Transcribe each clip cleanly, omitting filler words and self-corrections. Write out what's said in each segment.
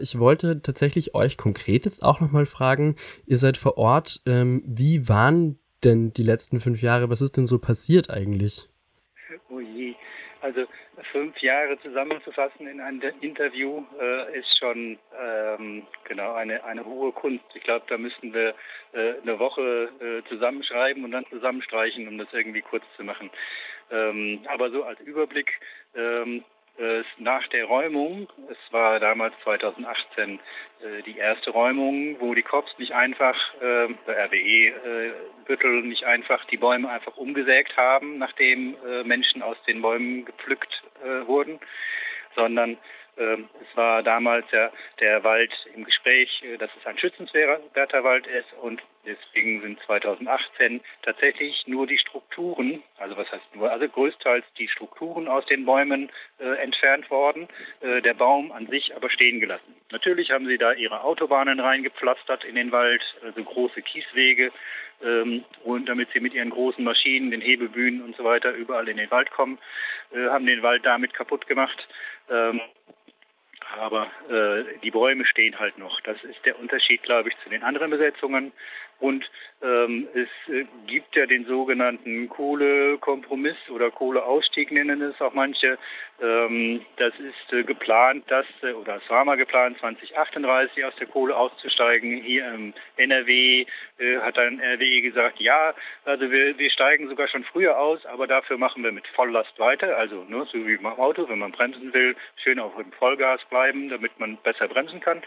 ich wollte tatsächlich euch konkret jetzt auch noch mal fragen, ihr seid vor Ort, wie waren denn die letzten 5 Jahre? Was ist denn so passiert eigentlich? Oh je. Also 5 Jahre zusammenzufassen in ein Interview ist schon genau eine hohe Kunst. Ich glaube, da müssten wir eine Woche zusammenschreiben und dann zusammenstreichen, um das irgendwie kurz zu machen. Aber so als Überblick, nach der Räumung, es war damals 2018 die erste Räumung, wo die Cops nicht einfach, der RWE-Büttel nicht einfach die Bäume einfach umgesägt haben, nachdem Menschen aus den Bäumen gepflückt wurden, sondern es war damals ja der Wald im Gespräch, dass es ein schützenswerter Wald ist und deswegen sind 2018 tatsächlich nur die Strukturen, also was heißt nur, also größtenteils die Strukturen aus den Bäumen entfernt worden, der Baum an sich aber stehen gelassen. Natürlich haben sie da ihre Autobahnen reingepflastert in den Wald, also große Kieswege, und damit sie mit ihren großen Maschinen, den Hebebühnen und so weiter überall in den Wald kommen, haben den Wald damit kaputt gemacht. Aber die Bäume stehen halt noch. Das ist der Unterschied, glaube ich, zu den anderen Besetzungen. Und es gibt ja den sogenannten Kohlekompromiss oder Kohleausstieg nennen es auch manche. Das ist geplant, oder es war mal geplant, 2038 aus der Kohle auszusteigen. Hier im NRW hat dann RWE gesagt, ja, also wir steigen sogar schon früher aus, aber dafür machen wir mit Volllast weiter. Also ne, so wie beim Auto, wenn man bremsen will, schön auf dem Vollgas bleiben, damit man besser bremsen kann.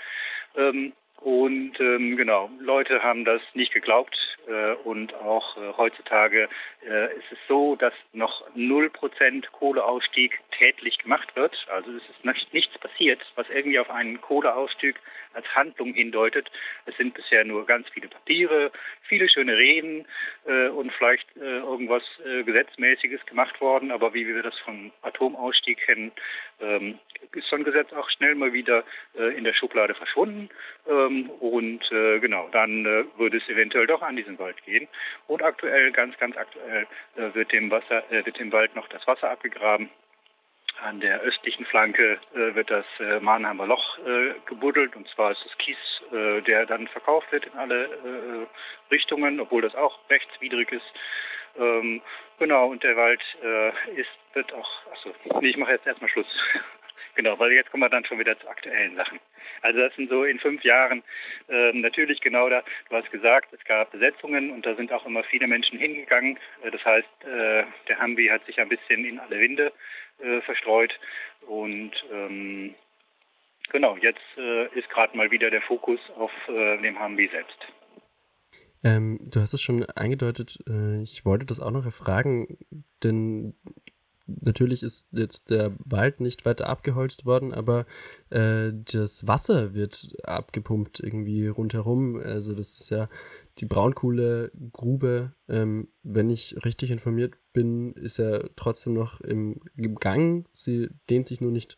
Genau, Leute haben das nicht geglaubt und auch heutzutage ist es so, dass noch 0% Kohleausstieg tätlich gemacht wird. Also es ist nichts passiert, was irgendwie auf einen Kohleausstieg als Handlung hindeutet. Es sind bisher nur ganz viele Papiere, viele schöne Reden und vielleicht irgendwas Gesetzmäßiges gemacht worden. Aber wie wir das vom Atomausstieg kennen, ist so ein Gesetz auch schnell mal wieder in der Schublade verschwunden. Genau, dann würde es eventuell doch an diesen Wald gehen. Und aktuell, ganz aktuell, wird dem Wald noch das Wasser abgegraben. An der östlichen Flanke wird das Mannheimer Loch gebuddelt, und zwar ist es Kies, der dann verkauft wird in alle Richtungen, obwohl das auch rechtswidrig ist. Genau, und der Wald ich mache jetzt erstmal Schluss. Genau, weil jetzt kommen wir dann schon wieder zu aktuellen Sachen. Also das sind so in 5 Jahren natürlich genau da, du hast gesagt, es gab Besetzungen und da sind auch immer viele Menschen hingegangen. Das heißt, der Hambi hat sich ein bisschen in alle Winde verstreut und genau, jetzt ist gerade mal wieder der Fokus auf dem Hambi selbst. Du hast es schon angedeutet, ich wollte das auch noch erfragen, denn natürlich ist jetzt der Wald nicht weiter abgeholzt worden, aber das Wasser wird abgepumpt irgendwie rundherum. Also das ist ja die Braunkohlegrube. Wenn ich richtig informiert bin, ist er trotzdem noch im Gang. Sie dehnt sich nur nicht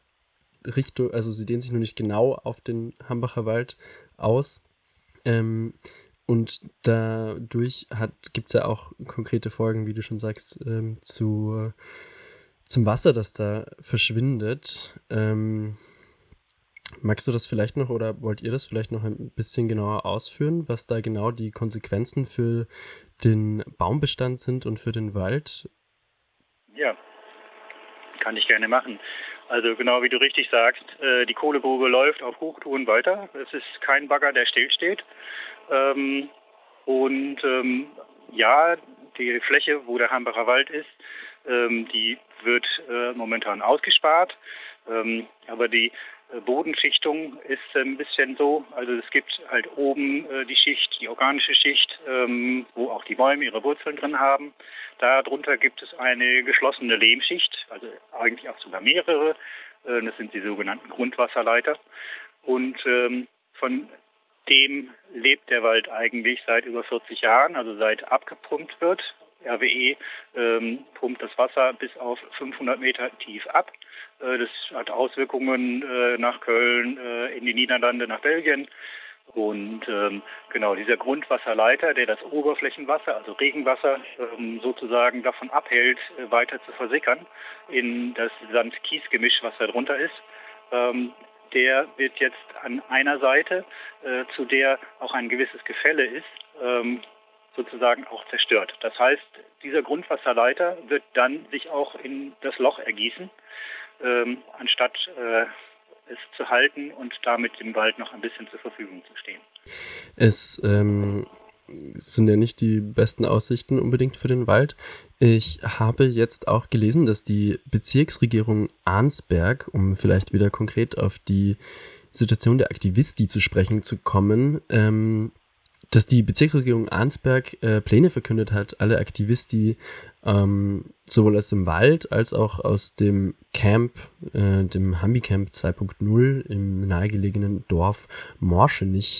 genau auf den Hambacher Wald aus. Und dadurch gibt es ja auch konkrete Folgen, wie du schon sagst, zum Wasser, das da verschwindet. Magst du das vielleicht noch oder wollt ihr das vielleicht noch ein bisschen genauer ausführen, was da genau die Konsequenzen für den Baumbestand sind und für den Wald? Ja, kann ich gerne machen. Also genau wie du richtig sagst, die Kohlegrube läuft auf Hochtouren weiter. Es ist kein Bagger, der stillsteht. Ja, die Fläche, wo der Hambacher Wald ist, die wird momentan ausgespart. Aber die Bodenschichtung ist ein bisschen so, also es gibt halt oben die Schicht, die organische Schicht, wo auch die Bäume ihre Wurzeln drin haben. Darunter gibt es eine geschlossene Lehmschicht, also eigentlich auch sogar mehrere. Das sind die sogenannten Grundwasserleiter. Und von dem lebt der Wald eigentlich seit über 40 Jahren, also seit abgepumpt wird. RWE pumpt das Wasser bis auf 500 Meter tief ab. Das hat Auswirkungen nach Köln, in die Niederlande, nach Belgien. Und genau, dieser Grundwasserleiter, der das Oberflächenwasser, also Regenwasser, sozusagen davon abhält, weiter zu versickern in das Sand-Kies-Gemisch, was da drunter ist, der wird jetzt an einer Seite, zu der auch ein gewisses Gefälle ist, sozusagen auch zerstört. Das heißt, dieser Grundwasserleiter wird dann sich auch in das Loch ergießen, anstatt es zu halten und damit dem Wald noch ein bisschen zur Verfügung zu stehen. Es sind ja nicht die besten Aussichten unbedingt für den Wald. Ich habe jetzt auch gelesen, dass die Bezirksregierung Arnsberg, um vielleicht wieder konkret auf die Situation der Aktivisti zu sprechen zu kommen, dass die Bezirksregierung Arnsberg Pläne verkündet hat, alle Aktivisti sowohl aus dem Wald als auch aus dem Camp, dem Hambi-Camp 2.0 im nahegelegenen Dorf Morschenich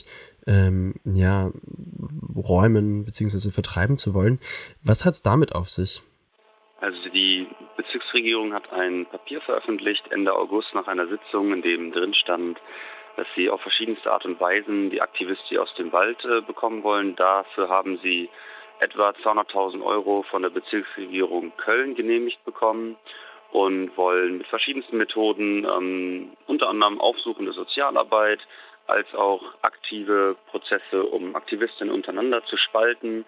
räumen bzw. vertreiben zu wollen. Was hat es damit auf sich? Also die Bezirksregierung hat ein Papier veröffentlicht Ende August nach einer Sitzung, in dem drin stand, dass sie auf verschiedenste Art und Weisen die Aktivisti aus dem Wald bekommen wollen. Dafür haben sie etwa 200.000 Euro von der Bezirksregierung Köln genehmigt bekommen und wollen mit verschiedensten Methoden, unter anderem aufsuchende Sozialarbeit, als auch aktive Prozesse, um Aktivistinnen untereinander zu spalten,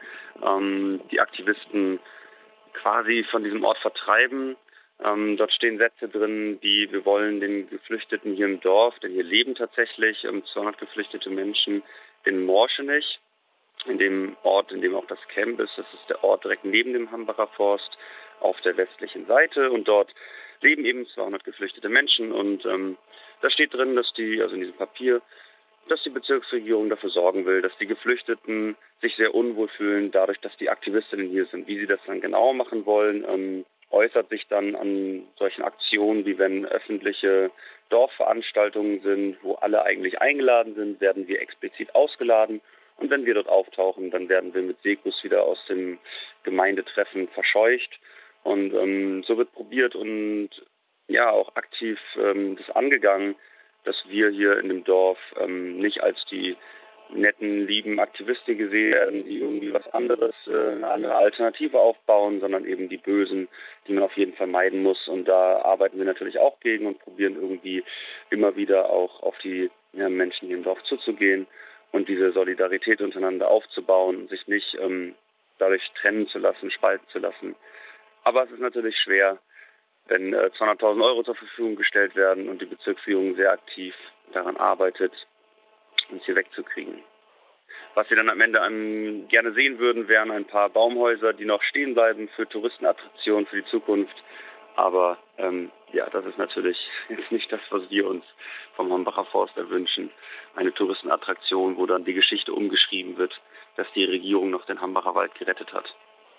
die Aktivisten quasi von diesem Ort vertreiben. Dort stehen Sätze drin, wie wir wollen den Geflüchteten hier im Dorf, denn hier leben tatsächlich 200 geflüchtete Menschen in Morschenich, in dem Ort, in dem auch das Camp ist. Das ist der Ort direkt neben dem Hambacher Forst auf der westlichen Seite und dort leben eben 200 geflüchtete Menschen und da steht drin, dass also in diesem Papier, dass die Bezirksregierung dafür sorgen will, dass die Geflüchteten sich sehr unwohl fühlen, dadurch, dass die Aktivistinnen hier sind. Wie sie das dann genau machen wollen, äußert sich dann an solchen Aktionen, wie wenn öffentliche Dorfveranstaltungen sind, wo alle eigentlich eingeladen sind, werden wir explizit ausgeladen. Und wenn wir dort auftauchen, dann werden wir mit Sekus wieder aus dem Gemeindetreffen verscheucht. Und so wird probiert und ja auch aktiv das angegangen, dass wir hier in dem Dorf nicht als die netten, lieben Aktivisten gesehen werden, die irgendwie was anderes, eine Alternative aufbauen, sondern eben die Bösen, die man auf jeden Fall meiden muss. Und da arbeiten wir natürlich auch gegen und probieren irgendwie immer wieder auch auf die Menschen hier im Dorf zuzugehen und diese Solidarität untereinander aufzubauen und sich nicht dadurch trennen zu lassen, spalten zu lassen. Aber es ist natürlich schwer, wenn 200.000 Euro zur Verfügung gestellt werden und die Bezirksregierung sehr aktiv daran arbeitet, uns hier wegzukriegen. Was wir dann am Ende gerne sehen würden, wären ein paar Baumhäuser, die noch stehen bleiben für Touristenattraktionen für die Zukunft. Aber das ist natürlich jetzt nicht das, was wir uns vom Hambacher Forst erwünschen. Eine Touristenattraktion, wo dann die Geschichte umgeschrieben wird, dass die Regierung noch den Hambacher Wald gerettet hat.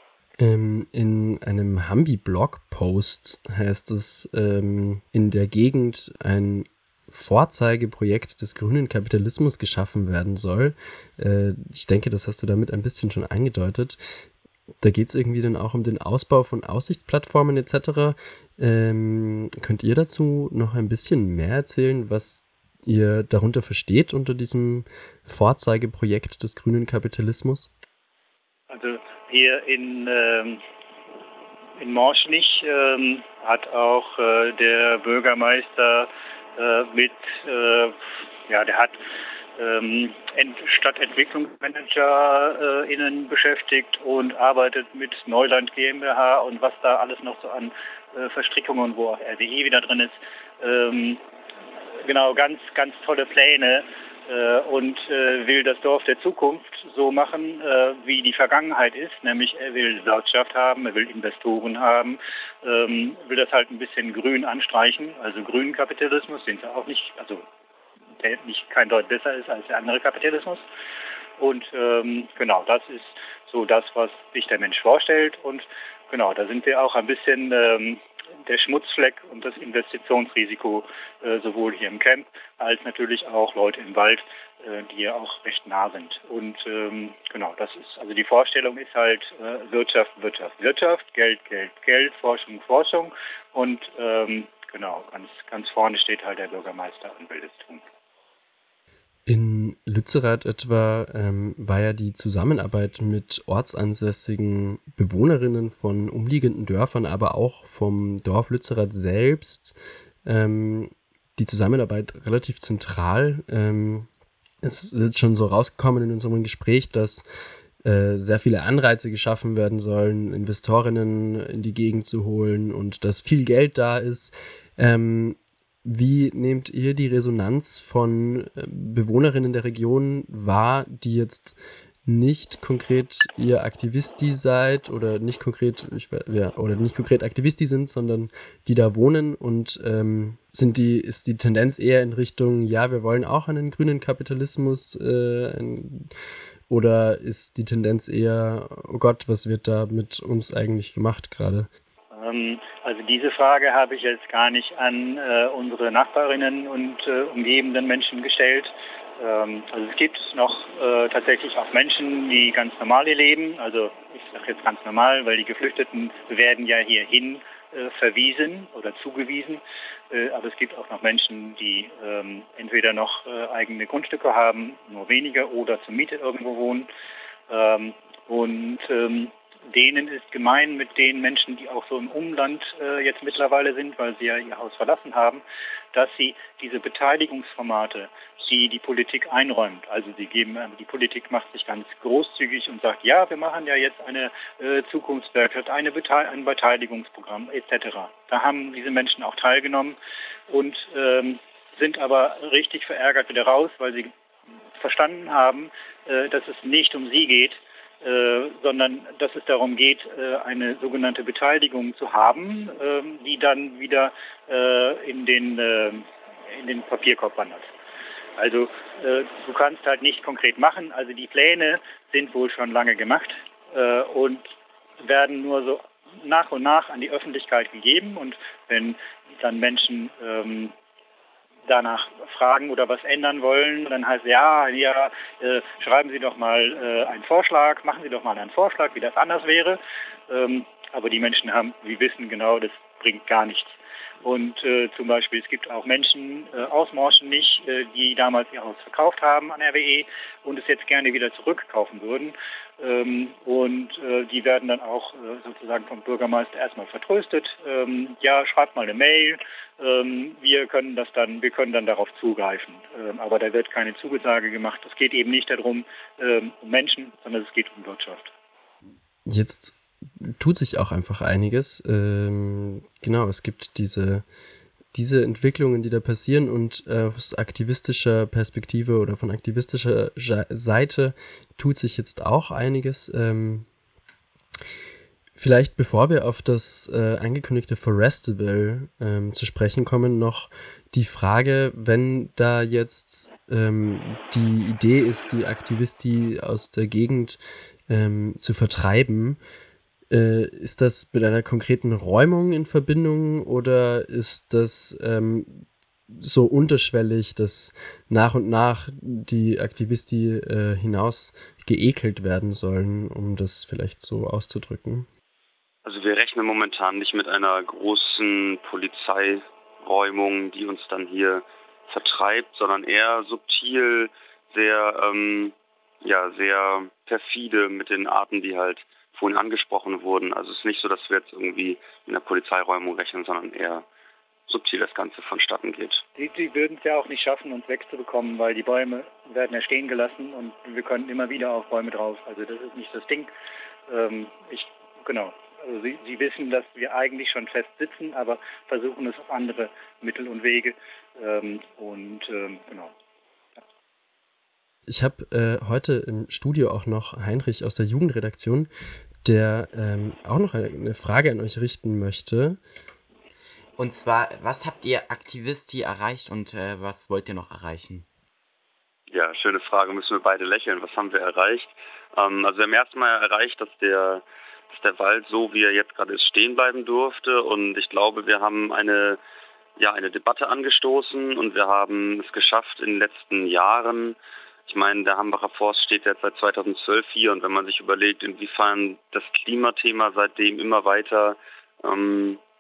In einem Hambi-Blog-Post heißt es, in der Gegend ein Vorzeigeprojekt des grünen Kapitalismus geschaffen werden soll. Ich denke, das hast du damit ein bisschen schon angedeutet. Da geht es irgendwie dann auch um den Ausbau von Aussichtsplattformen etc. Könnt ihr dazu noch ein bisschen mehr erzählen, was ihr darunter versteht unter diesem Vorzeigeprojekt des grünen Kapitalismus? Also hier in Morschenich hat auch der Bürgermeister der hat StadtentwicklungsmanagerInnen beschäftigt und arbeitet mit Neuland GmbH und was da alles noch so an Verstrickungen, wo auch RWE wieder drin ist. Ganz, ganz tolle Pläne und will das Dorf der Zukunft so machen, wie die Vergangenheit ist, nämlich er will Wirtschaft haben, er will Investoren haben, will das halt ein bisschen grün anstreichen, also grünen Kapitalismus, den es auch nicht, also der nicht kein Deut besser ist als der andere Kapitalismus. Und das ist so das, was sich der Mensch vorstellt. Und genau, da sind wir auch ein bisschen der Schmutzfleck und das Investitionsrisiko sowohl hier im Camp als natürlich auch Leute im Wald, die ja auch recht nah sind. Und das ist, also die Vorstellung ist halt Wirtschaft, Wirtschaft, Wirtschaft, Geld, Geld, Geld, Forschung, Forschung. Und ganz vorne steht halt der Bürgermeister und will das tun. In Lützerath etwa war ja die Zusammenarbeit mit ortsansässigen Bewohnerinnen von umliegenden Dörfern, aber auch vom Dorf Lützerath selbst, die Zusammenarbeit relativ zentral. Es ist jetzt schon so rausgekommen in unserem Gespräch, dass sehr viele Anreize geschaffen werden sollen, Investorinnen in die Gegend zu holen und dass viel Geld da ist. Wie nehmt ihr die Resonanz von Bewohnerinnen der Region wahr, die jetzt nicht konkret ihr Aktivisti seid oder nicht konkret Aktivisti sind, sondern die da wohnen und ist die Tendenz eher in Richtung, ja, wir wollen auch einen grünen Kapitalismus oder ist die Tendenz eher, oh Gott, was wird da mit uns eigentlich gemacht gerade? Also diese Frage habe ich jetzt gar nicht an unsere Nachbarinnen und umgebenden Menschen gestellt. Also es gibt noch tatsächlich auch Menschen, die ganz normal hier leben. Also ich sage jetzt ganz normal, weil die Geflüchteten werden ja hierhin verwiesen oder zugewiesen. Aber es gibt auch noch Menschen, die entweder noch eigene Grundstücke haben, nur weniger, oder zur Miete irgendwo wohnen. Denen ist gemein mit den Menschen, die auch so im Umland jetzt mittlerweile sind, weil sie ja ihr Haus verlassen haben, dass sie diese Beteiligungsformate, die Politik einräumt. Also die Politik macht sich ganz großzügig und sagt, ja, wir machen ja jetzt eine Zukunftswerkstatt, ein Beteiligungsprogramm etc. Da haben diese Menschen auch teilgenommen und sind aber richtig verärgert wieder raus, weil sie verstanden haben, dass es nicht um sie geht, sondern dass es darum geht, eine sogenannte Beteiligung zu haben, die dann wieder in den Papierkorb wandert. Also du kannst halt nicht konkret machen. Also die Pläne sind wohl schon lange gemacht und werden nur so nach und nach an die Öffentlichkeit gegeben. Und wenn dann Menschen danach fragen oder was ändern wollen, dann heißt schreiben Sie doch mal einen Vorschlag, machen Sie doch mal einen Vorschlag, wie das anders wäre. Aber die Menschen wissen genau, das bringt gar nichts. Und zum Beispiel, es gibt auch Menschen aus Morschenich, die damals ihr Haus verkauft haben an RWE und es jetzt gerne wieder zurückkaufen würden. Die werden dann auch sozusagen vom Bürgermeister erstmal vertröstet. Schreibt mal eine Mail, wir können dann darauf zugreifen. Aber da wird keine Zugesage gemacht. Es geht eben nicht darum, um Menschen, sondern es geht um Wirtschaft. Jetzt tut sich auch einfach einiges. Genau, es gibt diese Entwicklungen, die da passieren und aus aktivistischer Perspektive oder von aktivistischer Seite tut sich jetzt auch einiges. Vielleicht bevor wir auf das angekündigte Forestival zu sprechen kommen, noch die Frage, wenn da jetzt die Idee ist, die Aktivisti aus der Gegend zu vertreiben, ist das mit einer konkreten Räumung in Verbindung oder ist das so unterschwellig, dass nach und nach die Aktivisti hinaus geekelt werden sollen, um das vielleicht so auszudrücken? Also wir rechnen momentan nicht mit einer großen Polizeiräumung, die uns dann hier vertreibt, sondern eher subtil, sehr perfide mit den Arten, die halt vorhin angesprochen wurden. Also es ist nicht so, dass wir jetzt irgendwie in der Polizeiräumung rechnen, sondern eher subtil das Ganze vonstatten geht. Die würden es ja auch nicht schaffen, uns wegzubekommen, weil die Bäume werden ja stehen gelassen und wir können immer wieder auf Bäume drauf. Also das ist nicht das Ding. Also sie wissen, dass wir eigentlich schon fest sitzen, aber versuchen es auf andere Mittel und Wege. Ich habe heute im Studio auch noch Heinrich aus der Jugendredaktion, der auch noch eine Frage an euch richten möchte. Und zwar, was habt ihr Aktivisti erreicht und was wollt ihr noch erreichen? Ja, schöne Frage, müssen wir beide lächeln. Was haben wir erreicht? Also wir haben erstmal erreicht, dass der Wald so, wie er jetzt gerade ist, stehen bleiben durfte. Und ich glaube, wir haben eine Debatte angestoßen und wir haben es geschafft in den letzten Jahren. Ich meine, der Hambacher Forst steht jetzt seit 2012 hier und wenn man sich überlegt, inwiefern das Klimathema seitdem immer weiter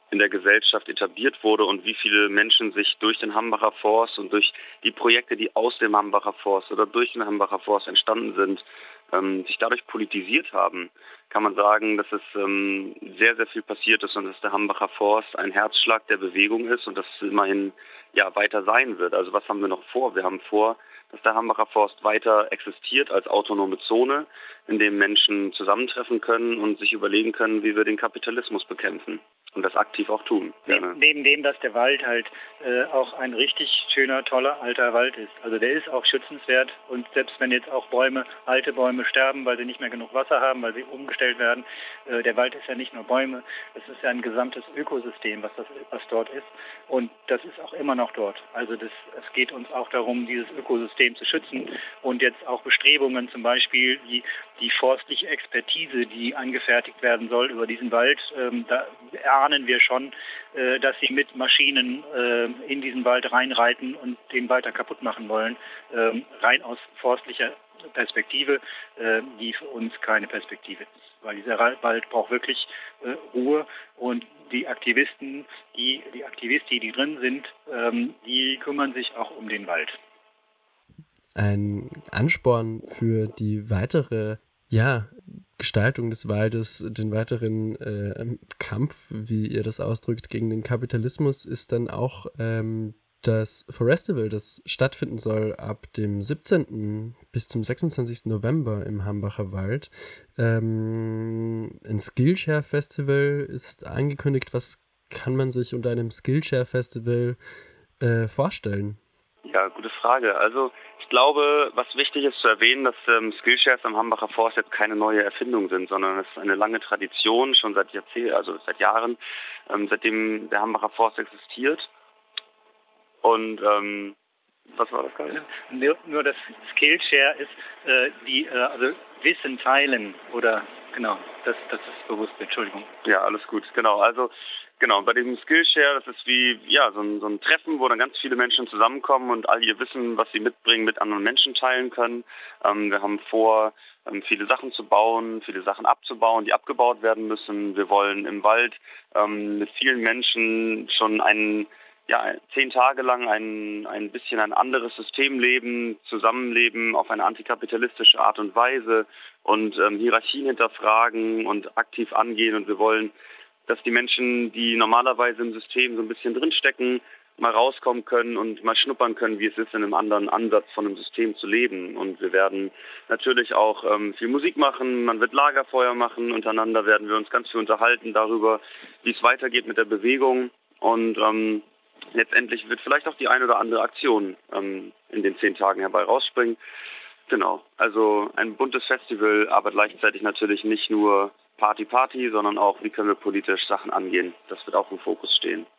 in der Gesellschaft etabliert wurde und wie viele Menschen sich durch den Hambacher Forst und durch die Projekte, die aus dem Hambacher Forst oder durch den Hambacher Forst entstanden sind, sich dadurch politisiert haben, kann man sagen, dass es sehr, sehr viel passiert ist und dass der Hambacher Forst ein Herzschlag der Bewegung ist und dass es immerhin weiter sein wird. Also was haben wir noch vor? Wir haben vor, dass der Hambacher Forst weiter existiert als autonome Zone, in dem Menschen zusammentreffen können und sich überlegen können, wie wir den Kapitalismus bekämpfen. Und das aktiv auch tun. Neben dem, dass der Wald halt auch ein richtig schöner, toller, alter Wald ist. Also der ist auch schützenswert und selbst wenn jetzt auch alte Bäume sterben, weil sie nicht mehr genug Wasser haben, weil sie umgestellt werden, der Wald ist ja nicht nur Bäume, es ist ja ein gesamtes Ökosystem, was dort ist und das ist auch immer noch dort. Also es geht uns auch darum, dieses Ökosystem zu schützen und jetzt auch Bestrebungen, zum Beispiel die forstliche Expertise, die angefertigt werden soll über diesen Wald, da ahnen wir schon, dass sie mit Maschinen in diesen Wald reinreiten und den weiter kaputt machen wollen, rein aus forstlicher Perspektive, die für uns keine Perspektive ist. Weil dieser Wald braucht wirklich Ruhe und die Aktivisten, die drin sind, die kümmern sich auch um den Wald. Ein Ansporn für die weitere Gestaltung des Waldes, den weiteren Kampf, wie ihr das ausdrückt, gegen den Kapitalismus ist dann auch das Forestival, das stattfinden soll ab dem 17. bis zum 26. November im Hambacher Wald. Ein Skillshare-Festival ist angekündigt. Was kann man sich unter einem Skillshare-Festival vorstellen? Ja, gute Frage. Also ich glaube, was wichtig ist zu erwähnen, dass Skillshares am Hambacher Forst jetzt keine neue Erfindung sind, sondern es ist eine lange Tradition, schon seit Jahren, seitdem der Hambacher Forst existiert. Und was war das gerade? Nur das Skillshare ist also Wissen teilen oder genau, das ist bewusst, Entschuldigung. Ja, alles gut, genau. Also bei diesem Skillshare, das ist wie so ein Treffen, wo dann ganz viele Menschen zusammenkommen und all ihr Wissen, was sie mitbringen, mit anderen Menschen teilen können. Wir haben vor, viele Sachen zu bauen, viele Sachen abzubauen, die abgebaut werden müssen. Wir wollen im Wald mit vielen Menschen schon 10 Tage lang ein bisschen ein anderes System leben, zusammenleben auf eine antikapitalistische Art und Weise und Hierarchien hinterfragen und aktiv angehen. Und wir wollen, dass die Menschen, die normalerweise im System so ein bisschen drinstecken, mal rauskommen können und mal schnuppern können, wie es ist, in einem anderen Ansatz von einem System zu leben. Und wir werden natürlich auch viel Musik machen, man wird Lagerfeuer machen, untereinander werden wir uns ganz viel unterhalten darüber, wie es weitergeht mit der Bewegung und letztendlich wird vielleicht auch die eine oder andere Aktion in den 10 Tagen herbei rausspringen. Genau, also ein buntes Festival, aber gleichzeitig natürlich nicht nur Party, sondern auch, wie können wir politisch Sachen angehen. Das wird auch im Fokus stehen.